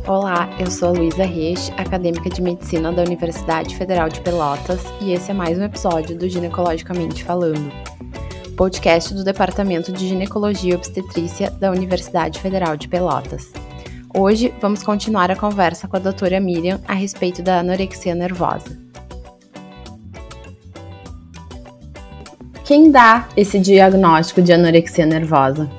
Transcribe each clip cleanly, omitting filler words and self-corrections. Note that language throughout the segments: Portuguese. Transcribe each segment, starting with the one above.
Olá, eu sou a Luísa Reis, acadêmica de Medicina da Universidade Federal de Pelotas, e esse é mais um episódio do Ginecologicamente Falando, podcast do Departamento de Ginecologia e Obstetrícia da Universidade Federal de Pelotas. Hoje vamos continuar a conversa com a doutora Miriam a respeito da anorexia nervosa. Quem dá esse diagnóstico de anorexia nervosa?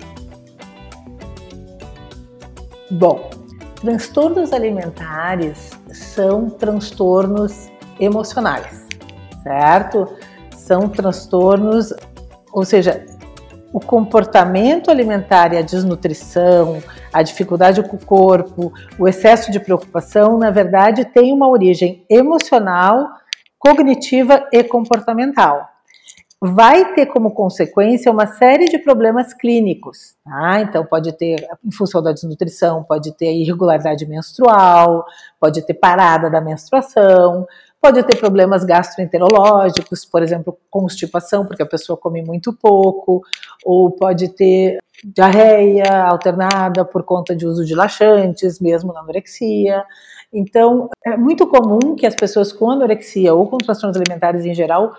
Bom, transtornos alimentares são transtornos emocionais, certo? São transtornos, ou seja, o comportamento alimentar e a desnutrição, a dificuldade com o corpo, o excesso de preocupação, na verdade, tem uma origem emocional, cognitiva e comportamental. Vai ter como consequência uma série de problemas clínicos, tá? Então pode ter, em função da desnutrição, pode ter irregularidade menstrual, pode ter parada da menstruação, pode ter problemas gastroenterológicos, por exemplo, constipação, porque a pessoa come muito pouco, ou pode ter diarreia alternada por conta de uso de laxantes, mesmo na anorexia. Então, é muito comum que as pessoas com anorexia ou com transtornos alimentares em geral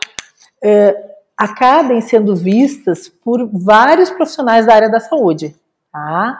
acabem sendo vistas por vários profissionais da área da saúde, tá?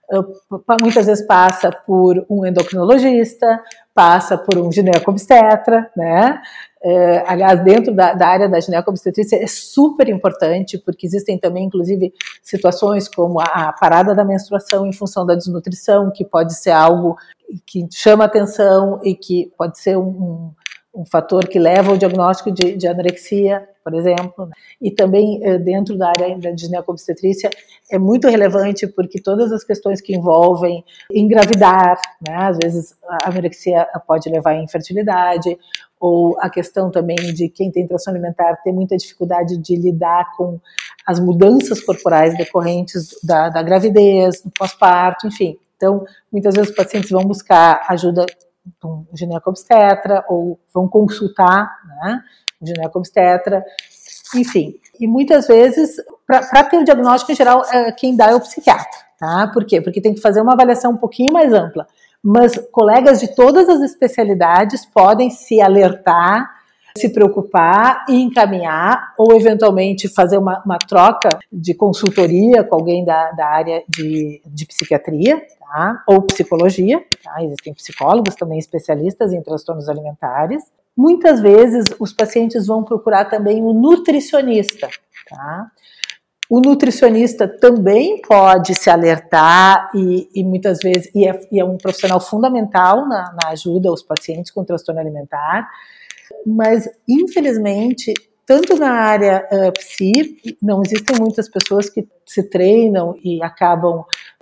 Muitas vezes passa por um endocrinologista, passa por um gineco-obstetra, né? Aliás, dentro da área da gineco-obstetrícia é super importante, porque existem também, inclusive, situações como a parada da menstruação em função da desnutrição, que pode ser algo que chama atenção e que pode ser um fator que leva ao diagnóstico de anorexia, por exemplo. E também dentro da área de gineco-obstetrícia é muito relevante porque todas as questões que envolvem engravidar, né, às vezes a anorexia pode levar à infertilidade, ou a questão também de quem tem transtorno alimentar ter muita dificuldade de lidar com as mudanças corporais decorrentes da gravidez, do pós-parto, enfim. Então, muitas vezes os pacientes vão buscar ajuda de um gineco-obstetra ou vão consultar, né, um gineco-obstetra, enfim. E muitas vezes, para ter o diagnóstico em geral, quem dá é o psiquiatra, tá? Por quê? Porque tem que fazer uma avaliação um pouquinho mais ampla. Mas colegas de todas as especialidades podem se alertar, se preocupar e encaminhar, ou eventualmente fazer uma troca de consultoria com alguém da área de psiquiatria, tá? Ou psicologia, tá? Existem psicólogos também especialistas em transtornos alimentares. Muitas vezes os pacientes vão procurar também um nutricionista, tá? O nutricionista também pode se alertar e muitas vezes é um profissional fundamental na ajuda aos pacientes com transtorno alimentar, mas infelizmente tanto na área psi, não existem muitas pessoas que se treinam e acabam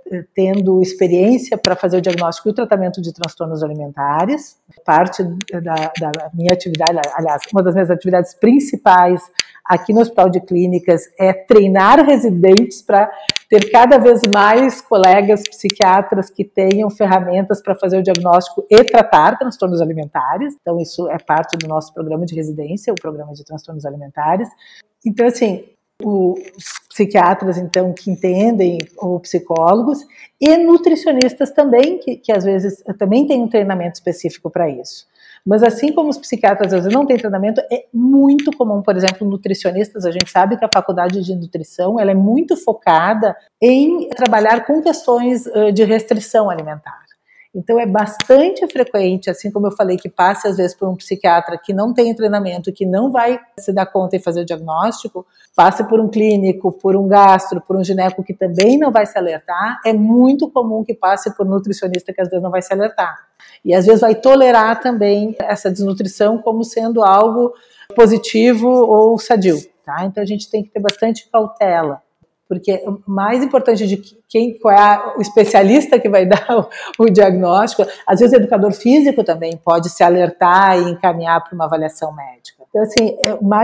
tendo experiência para fazer o diagnóstico e o tratamento de transtornos alimentares. Parte da minha atividade, aliás, uma das minhas atividades principais aqui no Hospital de Clínicas é treinar residentes para ter cada vez mais colegas psiquiatras que tenham ferramentas para fazer o diagnóstico e tratar transtornos alimentares. Então, isso é parte do nosso programa de residência, o programa de transtornos alimentares. Então, assim, os psiquiatras, então, que entendem, ou psicólogos, e nutricionistas também, que às vezes também têm um treinamento específico para isso. Mas assim como os psiquiatras às vezes não têm treinamento, é muito comum, por exemplo, nutricionistas, a gente sabe que a faculdade de nutrição ela é muito focada em trabalhar com questões de restrição alimentar. Então é bastante frequente, assim como eu falei, que passe às vezes por um psiquiatra que não tem treinamento, que não vai se dar conta e fazer o diagnóstico, passe por um clínico, por um gastro, por um gineco que também não vai se alertar, é muito comum que passe por nutricionista que às vezes não vai se alertar. E às vezes vai tolerar também essa desnutrição como sendo algo positivo ou sadio, tá? Então a gente tem que ter bastante cautela. Porque o mais importante de qual é o especialista que vai dar o diagnóstico, às vezes o educador físico também pode se alertar e encaminhar para uma avaliação médica. Então, assim,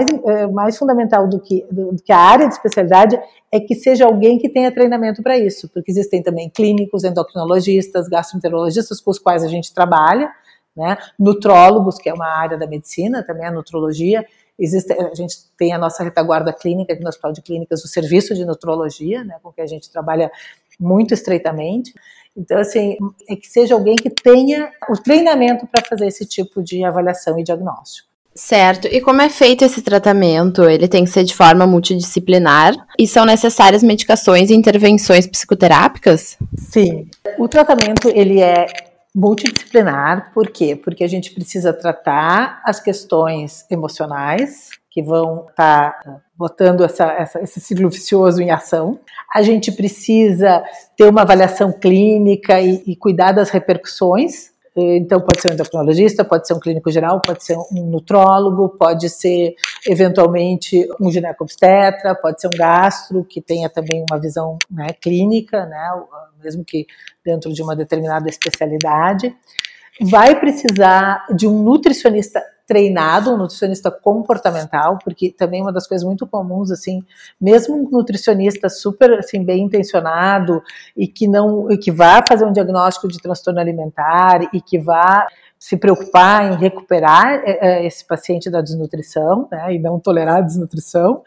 mais fundamental do que a área de especialidade é que seja alguém que tenha treinamento para isso, porque existem também clínicos, endocrinologistas, gastroenterologistas com os quais a gente trabalha, né? Nutrólogos, que é uma área da medicina, também a nutrologia. A gente tem a nossa retaguarda clínica aqui no Hospital de Clínicas, o serviço de nutrologia, né, com que a gente trabalha muito estreitamente. Então, assim, é que seja alguém que tenha o treinamento para fazer esse tipo de avaliação e diagnóstico. Certo. E como é feito esse tratamento? Ele tem que ser de forma multidisciplinar? E são necessárias medicações e intervenções psicoterápicas? Sim. O tratamento, ele é multidisciplinar. Por quê? Porque a gente precisa tratar as questões emocionais, que vão estar botando esse ciclo vicioso em ação. A gente precisa ter uma avaliação clínica e cuidar das repercussões. Então, pode ser um endocrinologista, pode ser um clínico geral, pode ser um nutrólogo, pode ser, eventualmente, um gineco-obstetra, pode ser um gastro, que tenha também uma visão, né, clínica, né, mesmo que dentro de uma determinada especialidade. Vai precisar de um nutricionista treinado, um nutricionista comportamental, porque também uma das coisas muito comuns, assim, mesmo um nutricionista super, assim, bem intencionado e que vá fazer um diagnóstico de transtorno alimentar e que vá se preocupar em recuperar esse paciente da desnutrição, né, e não tolerar a desnutrição,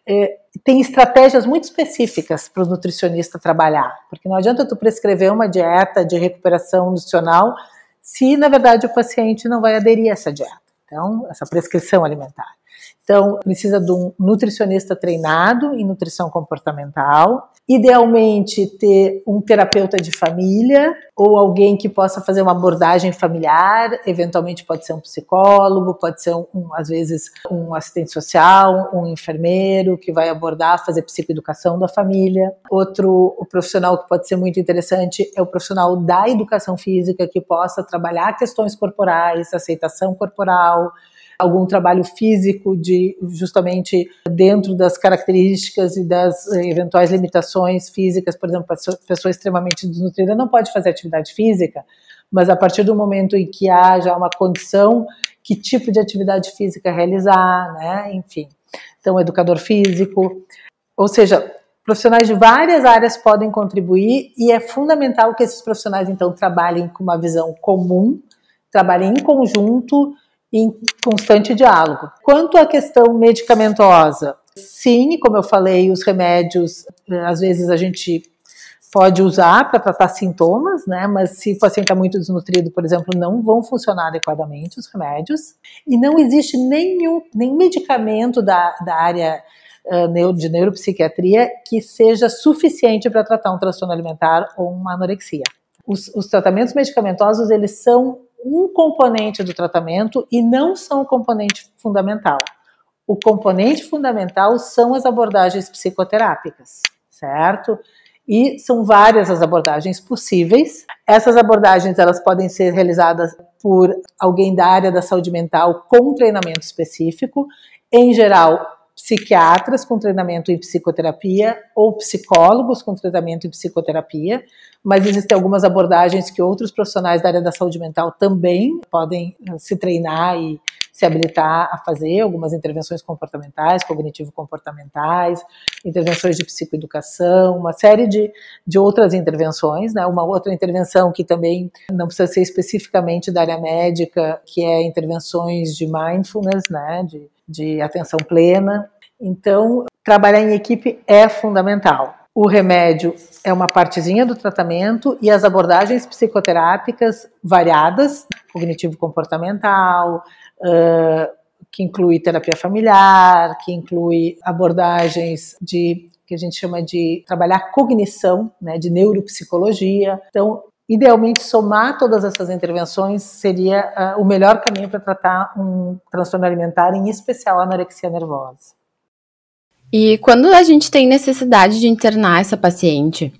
tem estratégias muito específicas para o nutricionista trabalhar, porque não adianta tu prescrever uma dieta de recuperação nutricional se, na verdade, o paciente não vai aderir a essa dieta. Então, essa prescrição alimentar. Então, precisa de um nutricionista treinado em nutrição comportamental, idealmente ter um terapeuta de família ou alguém que possa fazer uma abordagem familiar, eventualmente pode ser um psicólogo, pode ser, às vezes, um assistente social, um enfermeiro que vai abordar, fazer psicoeducação da família. Outro profissional que pode ser muito interessante é o profissional da educação física que possa trabalhar questões corporais, aceitação corporal, algum trabalho físico justamente dentro das características e das eventuais limitações físicas. Por exemplo, a pessoa extremamente desnutrida não pode fazer atividade física, mas a partir do momento em que há já uma condição, que tipo de atividade física realizar, né? Enfim. Então, educador físico, ou seja, profissionais de várias áreas podem contribuir e é fundamental que esses profissionais, então, trabalhem com uma visão comum, trabalhem em conjunto, em constante diálogo. Quanto à questão medicamentosa, sim, como eu falei, os remédios, às vezes a gente pode usar para tratar sintomas, né? Mas se o paciente está muito desnutrido, por exemplo, não vão funcionar adequadamente os remédios. E não existe nenhum medicamento da área de neuropsiquiatria que seja suficiente para tratar um transtorno alimentar ou uma anorexia. Os tratamentos medicamentosos, eles são um componente do tratamento e não são o componente fundamental. O componente fundamental são as abordagens psicoterápicas, certo? E são várias as abordagens possíveis. Essas abordagens, elas podem ser realizadas por alguém da área da saúde mental com treinamento específico, em geral, psiquiatras com treinamento em psicoterapia ou psicólogos com treinamento em psicoterapia, mas existem algumas abordagens que outros profissionais da área da saúde mental também podem se treinar e se habilitar a fazer, algumas intervenções comportamentais, cognitivo-comportamentais, intervenções de psicoeducação, uma série de outras intervenções, né? Uma outra intervenção que também não precisa ser especificamente da área médica, que é intervenções de mindfulness, né? De atenção plena. Então, trabalhar em equipe é fundamental. O remédio é uma partezinha do tratamento e as abordagens psicoterápicas variadas, cognitivo-comportamental, que inclui terapia familiar, que inclui abordagens que a gente chama de trabalhar cognição, né, de neuropsicologia. Então, idealmente, somar todas essas intervenções seria o melhor caminho para tratar um transtorno alimentar, em especial a anorexia nervosa. E quando a gente tem necessidade de internar essa paciente?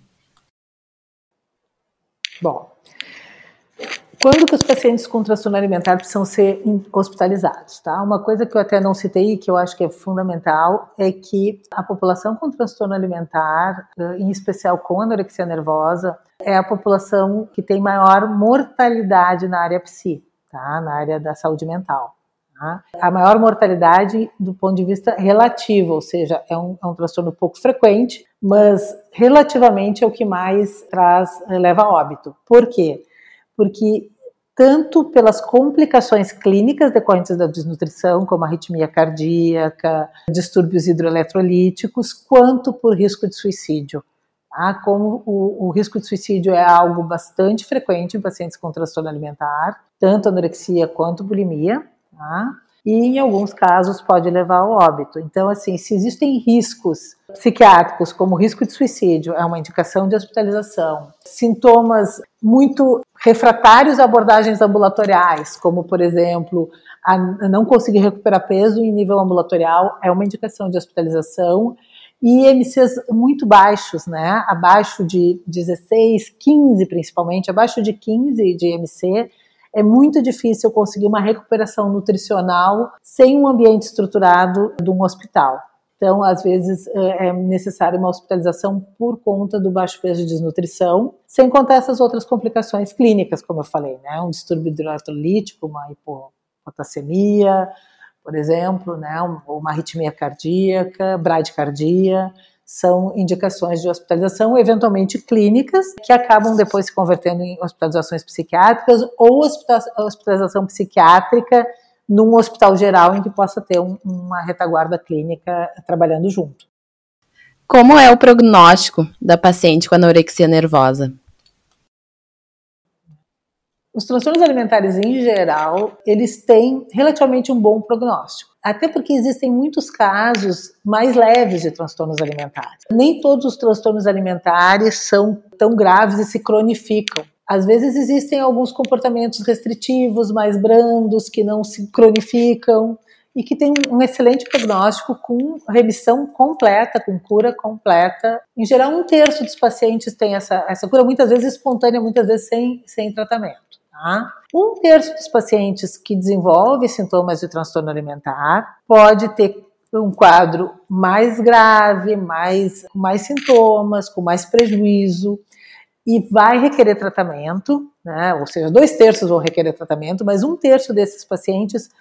Bom, quando que os pacientes com transtorno alimentar precisam ser hospitalizados, tá? Uma coisa que eu até não citei e que eu acho que é fundamental é que a população com transtorno alimentar, em especial com anorexia nervosa, é a população que tem maior mortalidade na área psi, tá? Na área da saúde mental. Tá? A maior mortalidade do ponto de vista relativo, ou seja, é um transtorno pouco frequente, mas relativamente é o que mais leva a óbito. Por quê? Porque tanto pelas complicações clínicas decorrentes da desnutrição, como arritmia cardíaca, distúrbios hidroeletrolíticos, quanto por risco de suicídio. Tá? Como o risco de suicídio é algo bastante frequente em pacientes com transtorno alimentar, tanto anorexia quanto bulimia, tá? E em alguns casos pode levar ao óbito. Então, assim, se existem riscos psiquiátricos, como risco de suicídio, é uma indicação de hospitalização. Sintomas muito refratários a abordagens ambulatoriais, como, por exemplo, a não conseguir recuperar peso em nível ambulatorial, é uma indicação de hospitalização. E IMCs muito baixos, né? Abaixo de 16, 15 principalmente, abaixo de 15 de IMC, é muito difícil conseguir uma recuperação nutricional sem um ambiente estruturado de um hospital. Então, às vezes, é necessária uma hospitalização por conta do baixo peso e desnutrição, sem contar essas outras complicações clínicas, como eu falei, né? Um distúrbio hidroeletrolítico, uma hipopotassemia, por exemplo, né? Uma arritmia cardíaca, bradicardia, são indicações de hospitalização, eventualmente clínicas, que acabam depois se convertendo em hospitalizações psiquiátricas ou hospitalização psiquiátrica num hospital geral em que possa ter uma retaguarda clínica trabalhando junto. Como é o prognóstico da paciente com anorexia nervosa? Os transtornos alimentares em geral, eles têm relativamente um bom prognóstico. Até porque existem muitos casos mais leves de transtornos alimentares. Nem todos os transtornos alimentares são tão graves e se cronificam. Às vezes existem alguns comportamentos restritivos, mais brandos, que não se cronificam e que têm um excelente prognóstico com remissão completa, com cura completa. Em geral, 1/3 dos pacientes tem essa cura, muitas vezes espontânea, muitas vezes sem tratamento. 1/3 dos pacientes que desenvolvem sintomas de transtorno alimentar pode ter um quadro mais grave, com mais sintomas, com mais prejuízo e vai requerer tratamento, né? Ou seja, 2/3 vão requerer tratamento, mas 1/3 desses pacientes,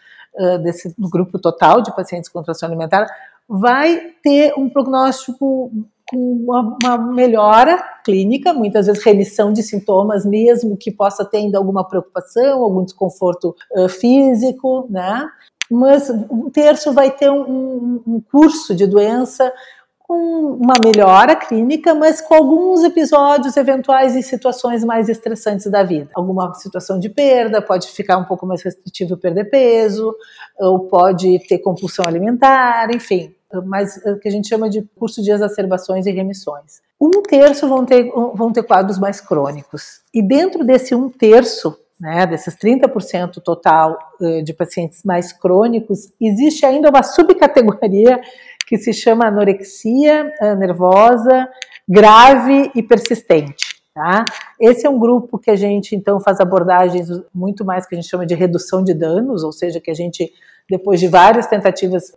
do grupo total de pacientes com transtorno alimentar, vai ter um prognóstico com uma melhora clínica, muitas vezes remissão de sintomas, mesmo que possa ter ainda alguma preocupação, algum desconforto físico, né? Mas 1/3 vai ter um curso de doença com uma melhora clínica, mas com alguns episódios eventuais e situações mais estressantes da vida. Alguma situação de perda, pode ficar um pouco mais restritivo perder peso, ou pode ter compulsão alimentar, enfim. Mas o que a gente chama de curso de exacerbações e remissões. 1/3 vão ter quadros mais crônicos. E dentro desse 1/3, né, desses 30% total de pacientes mais crônicos, existe ainda uma subcategoria que se chama anorexia nervosa grave e persistente. Tá? Esse é um grupo que a gente então faz abordagens muito mais que a gente chama de redução de danos, ou seja, que a gente, depois de várias tentativas,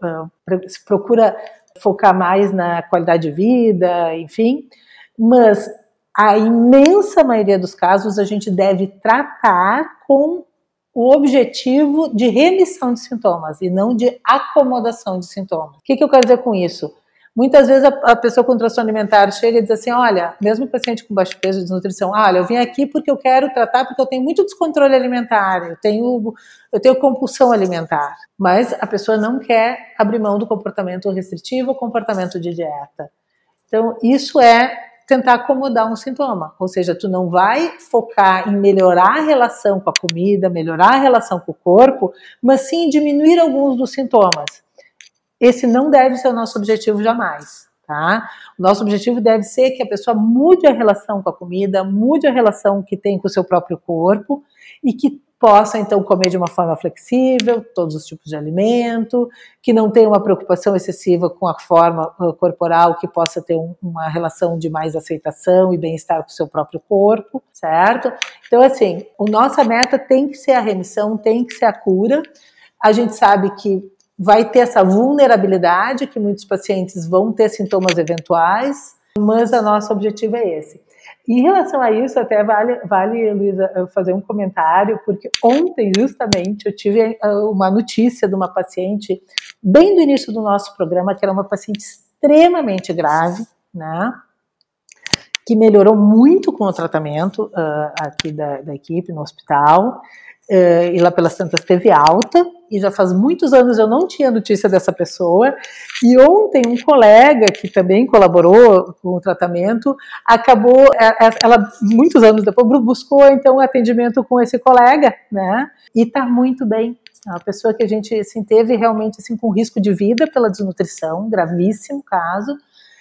procura focar mais na qualidade de vida, enfim, mas a imensa maioria dos casos a gente deve tratar com o objetivo de remissão de sintomas e não de acomodação de sintomas. O que eu quero dizer com isso? Muitas vezes a pessoa com transtorno alimentar chega e diz assim, olha, mesmo paciente com baixo peso e desnutrição, olha, eu vim aqui porque eu quero tratar porque eu tenho muito descontrole alimentar, eu tenho compulsão alimentar, mas a pessoa não quer abrir mão do comportamento restritivo ou comportamento de dieta. Então, isso é tentar acomodar um sintoma, ou seja, tu não vai focar em melhorar a relação com a comida, melhorar a relação com o corpo, mas sim diminuir alguns dos sintomas. Esse não deve ser o nosso objetivo jamais, tá? O nosso objetivo deve ser que a pessoa mude a relação com a comida, mude a relação que tem com o seu próprio corpo e que possa, então, comer de uma forma flexível, todos os tipos de alimento, que não tenha uma preocupação excessiva com a forma corporal, que possa ter uma relação de mais aceitação e bem-estar com o seu próprio corpo, certo? Então, assim, a nossa meta tem que ser a remissão, tem que ser a cura. A gente sabe que vai ter essa vulnerabilidade, que muitos pacientes vão ter sintomas eventuais, mas o nosso objetivo é esse. Em relação a isso, até vale, Luísa, fazer um comentário, porque ontem, justamente, eu tive uma notícia de uma paciente, bem do início do nosso programa, que era uma paciente extremamente grave, né? Que melhorou muito com o tratamento aqui da equipe no hospital, e lá pelas tantas teve alta, e já faz muitos anos eu não tinha notícia dessa pessoa, e ontem um colega que também colaborou com o tratamento, acabou, ela muitos anos depois buscou então atendimento com esse colega, né, e está muito bem. É uma pessoa que a gente assim, teve realmente assim, com risco de vida pela desnutrição, gravíssimo caso,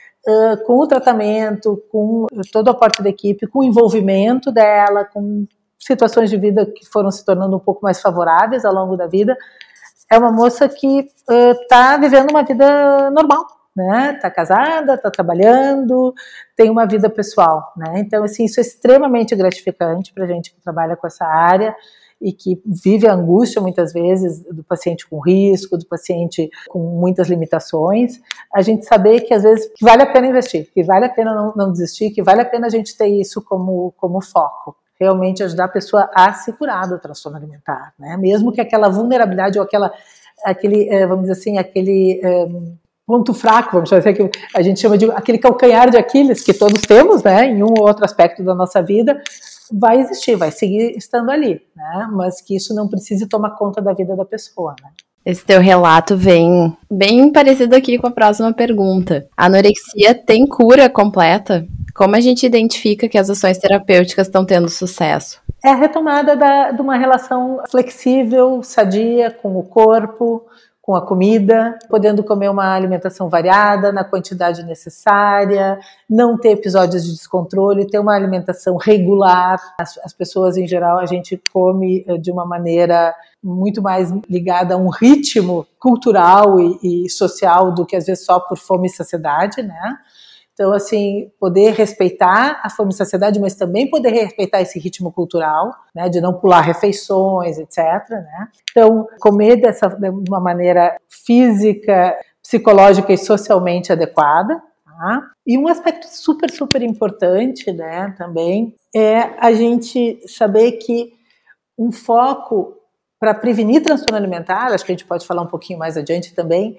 com o tratamento, com todo o aporte da equipe, com o envolvimento dela, com situações de vida que foram se tornando um pouco mais favoráveis ao longo da vida. É uma moça que está vivendo uma vida normal, né? Está casada, está trabalhando, tem uma vida pessoal, né? Então, assim, isso é extremamente gratificante para a gente que trabalha com essa área e que vive a angústia, muitas vezes, do paciente com risco, do paciente com muitas limitações, a gente saber que, às vezes, que vale a pena investir, que vale a pena não desistir, que vale a pena a gente ter isso como foco. Realmente ajudar a pessoa a se curar do transtorno alimentar, né? Mesmo que aquela vulnerabilidade ou aquele, vamos dizer assim, aquele ponto fraco, vamos dizer assim, que a gente chama de aquele calcanhar de Aquiles que todos temos, né? Em um ou outro aspecto da nossa vida, vai existir, vai seguir estando ali, né? Mas que isso não precise tomar conta da vida da pessoa, né? Esse teu relato vem bem parecido aqui com a próxima pergunta. A anorexia tem cura completa? Como a gente identifica que as ações terapêuticas estão tendo sucesso? É a retomada de uma relação flexível, sadia com o corpo, com a comida, podendo comer uma alimentação variada, na quantidade necessária, não ter episódios de descontrole, ter uma alimentação regular. As pessoas, em geral, a gente come de uma maneira muito mais ligada a um ritmo cultural e social do que, às vezes, só por fome e saciedade, né? Então, assim, poder respeitar a fome e saciedade, mas também poder respeitar esse ritmo cultural, né, de não pular refeições, etc., né? Então, comer de uma maneira física, psicológica e socialmente adequada, tá? E um aspecto super, super importante, né, também, é a gente saber que um foco para prevenir transtorno alimentar, acho que a gente pode falar um pouquinho mais adiante também,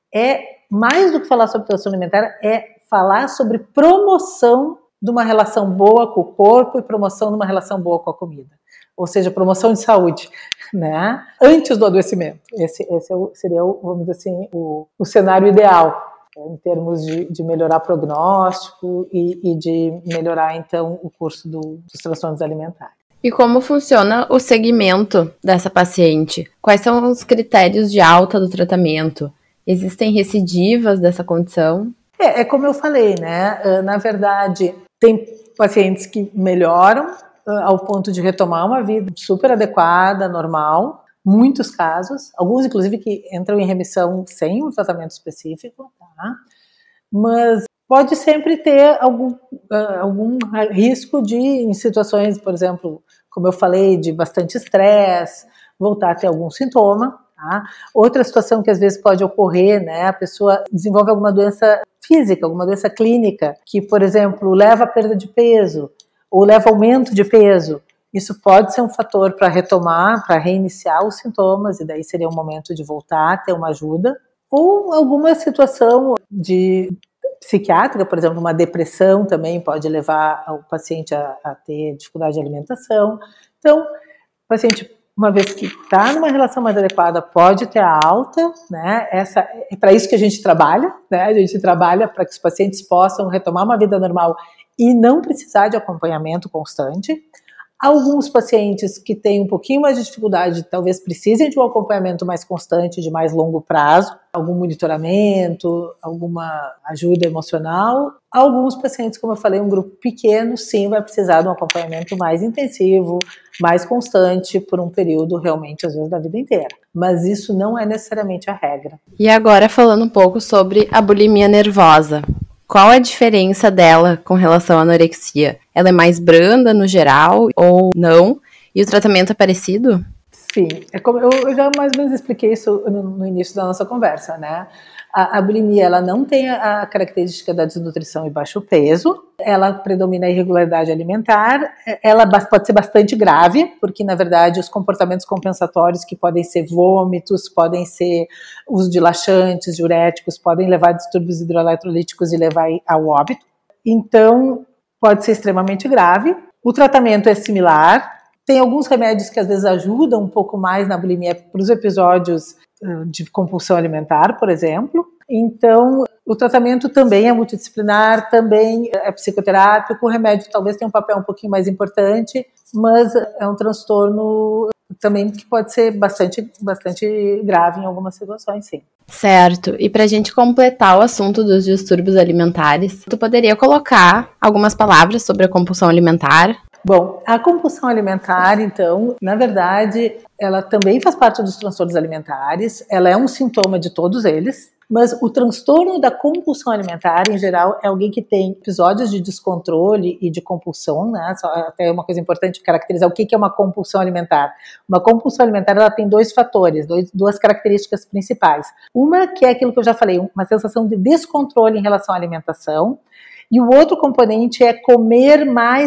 é mais do que falar sobre transtorno alimentar, é falar sobre promoção de uma relação boa com o corpo e promoção de uma relação boa com a comida. Ou seja, promoção de saúde, né? Antes do adoecimento. Esse seria, vamos dizer assim, o cenário ideal, em termos de melhorar o prognóstico e de melhorar, então, o curso dos transtornos alimentares. E como funciona o segmento dessa paciente? Quais são os critérios de alta do tratamento? Existem recidivas dessa condição? É como eu falei, né? Na verdade, tem pacientes que melhoram ao ponto de retomar uma vida super adequada, normal, muitos casos, alguns inclusive que entram em remissão sem um tratamento específico, tá? Mas pode sempre ter algum risco de, em situações, por exemplo, como eu falei, de bastante estresse, voltar a ter algum sintoma, tá? Outra situação que às vezes pode ocorrer, né? A pessoa desenvolve alguma doença física, alguma doença clínica, que, por exemplo, leva a perda de peso ou leva ao aumento de peso. Isso pode ser um fator para retomar, para reiniciar os sintomas, e daí seria um momento de voltar a ter uma ajuda. Ou alguma situação psiquiátrica, por exemplo, uma depressão também pode levar o paciente a ter dificuldade de alimentação. Então, o paciente, uma vez que está numa relação mais adequada, pode ter a alta, né? É para isso que a gente trabalha, né? A gente trabalha para que os pacientes possam retomar uma vida normal e não precisar de acompanhamento constante. Alguns pacientes que têm um pouquinho mais de dificuldade, talvez precisem de um acompanhamento mais constante, de mais longo prazo, algum monitoramento, alguma ajuda emocional. Alguns pacientes, como eu falei, um grupo pequeno, sim, vai precisar de um acompanhamento mais intensivo, mais constante, por um período realmente, às vezes, da vida inteira. Mas isso não é necessariamente a regra. E agora, falando um pouco sobre a bulimia nervosa. Qual a diferença dela com relação à anorexia? Ela é mais branda no geral ou não? E o tratamento é parecido? Sim, é como eu já mais ou menos expliquei isso no início da nossa conversa, né? A bulimia, ela não tem a característica da desnutrição e baixo peso, ela predomina a irregularidade alimentar, ela pode ser bastante grave, porque na verdade os comportamentos compensatórios que podem ser vômitos, podem ser uso de laxantes, diuréticos, podem levar a distúrbios hidroeletrolíticos e levar ao óbito. Então, pode ser extremamente grave. O tratamento é similar, Tem alguns remédios que às vezes ajudam um pouco mais na bulimia para os episódios de compulsão alimentar, por exemplo. Então, o tratamento também é multidisciplinar, também é psicoterápico, o remédio talvez tenha um papel um pouquinho mais importante, mas é um transtorno também que pode ser bastante grave em algumas situações, sim. Certo. E para a gente completar o assunto dos distúrbios alimentares, tu poderia colocar algumas palavras sobre a compulsão alimentar? Bom, a compulsão alimentar, então, na verdade, ela também faz parte dos transtornos alimentares, ela é um sintoma de todos eles, mas o transtorno da compulsão alimentar, em geral, é alguém que tem episódios de descontrole e de compulsão, né? Até uma coisa importante caracterizar o que é uma compulsão alimentar. Uma compulsão alimentar, ela tem dois fatores, duas características principais. Uma que é aquilo que eu já falei, uma sensação de descontrole em relação à alimentação, e o outro componente é comer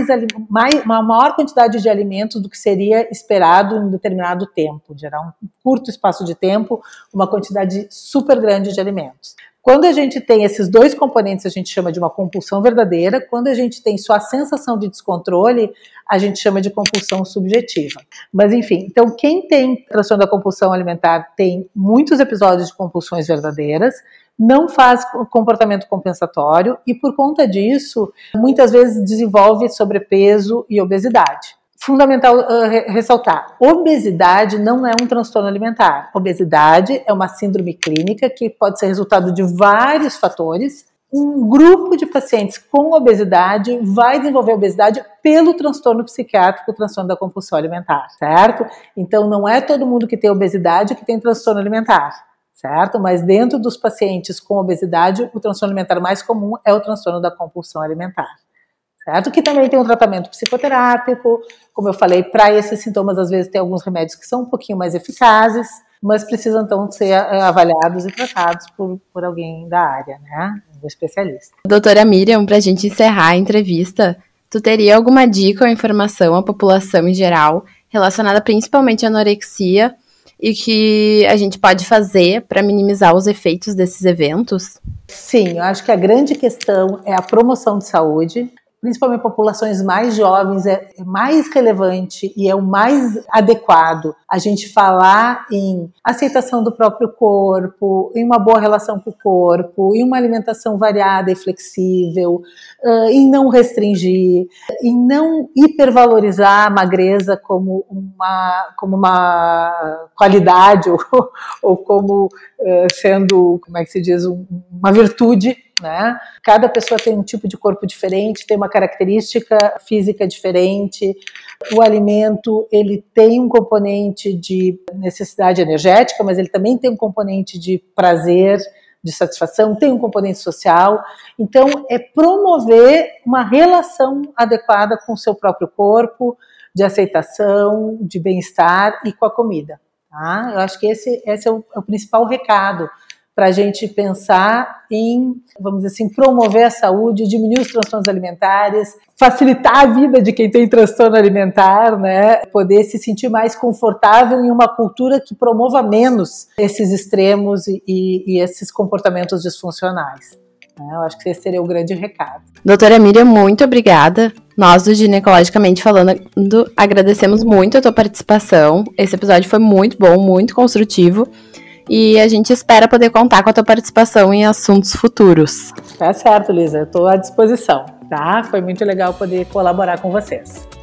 uma maior quantidade de alimentos do que seria esperado em determinado tempo, gerar um curto espaço de tempo, uma quantidade super grande de alimentos. Quando a gente tem esses dois componentes, a gente chama de uma compulsão verdadeira. Quando a gente tem só a sensação de descontrole, a gente chama de compulsão subjetiva. Mas enfim, então quem tem transtorno da compulsão alimentar tem muitos episódios de compulsões verdadeiras, não faz comportamento compensatório e por conta disso, muitas vezes desenvolve sobrepeso e obesidade. Fundamental ressaltar, obesidade não é um transtorno alimentar. Obesidade é uma síndrome clínica que pode ser resultado de vários fatores. Um grupo de pacientes com obesidade vai desenvolver obesidade pelo transtorno psiquiátrico, o transtorno da compulsão alimentar, certo? Então não é todo mundo que tem obesidade que tem transtorno alimentar, certo? Mas dentro dos pacientes com obesidade, o transtorno alimentar mais comum é o transtorno da compulsão alimentar. Certo? Que também tem um tratamento psicoterápico, como eu falei, para esses sintomas às vezes tem alguns remédios que são um pouquinho mais eficazes, mas precisam então ser avaliados e tratados por alguém da área, né? Um especialista. Doutora Miriam, para a gente encerrar a entrevista, tu teria alguma dica ou informação à população em geral relacionada principalmente à anorexia e que a gente pode fazer para minimizar os efeitos desses eventos? Sim, eu acho que a grande questão é a promoção de saúde, principalmente populações mais jovens, é mais relevante e é o mais adequado a gente falar em aceitação do próprio corpo, em uma boa relação com o corpo, em uma alimentação variada e flexível, em não restringir, em não hipervalorizar a magreza como uma qualidade ou como sendo, como é que se diz, uma virtude, né? Cada pessoa tem um tipo de corpo diferente, tem uma característica física diferente. O alimento, ele tem um componente de necessidade energética, mas ele também tem um componente de prazer, de satisfação, tem um componente social. Então, é promover uma relação adequada com o seu próprio corpo, de aceitação, de bem-estar e com a comida. Tá? Eu acho que esse é o principal recado para a gente pensar em, vamos dizer assim, promover a saúde, diminuir os transtornos alimentares, facilitar a vida de quem tem transtorno alimentar, né? Poder se sentir mais confortável em uma cultura que promova menos esses extremos e esses comportamentos disfuncionais. Eu acho que esse seria o grande recado. Doutora Miriam, muito obrigada. Nós do Ginecologicamente Falando agradecemos muito a tua participação. Esse episódio foi muito bom, muito construtivo. E a gente espera poder contar com a tua participação em assuntos futuros. Tá certo, Lisa. Eu estou à disposição, tá? Foi muito legal poder colaborar com vocês.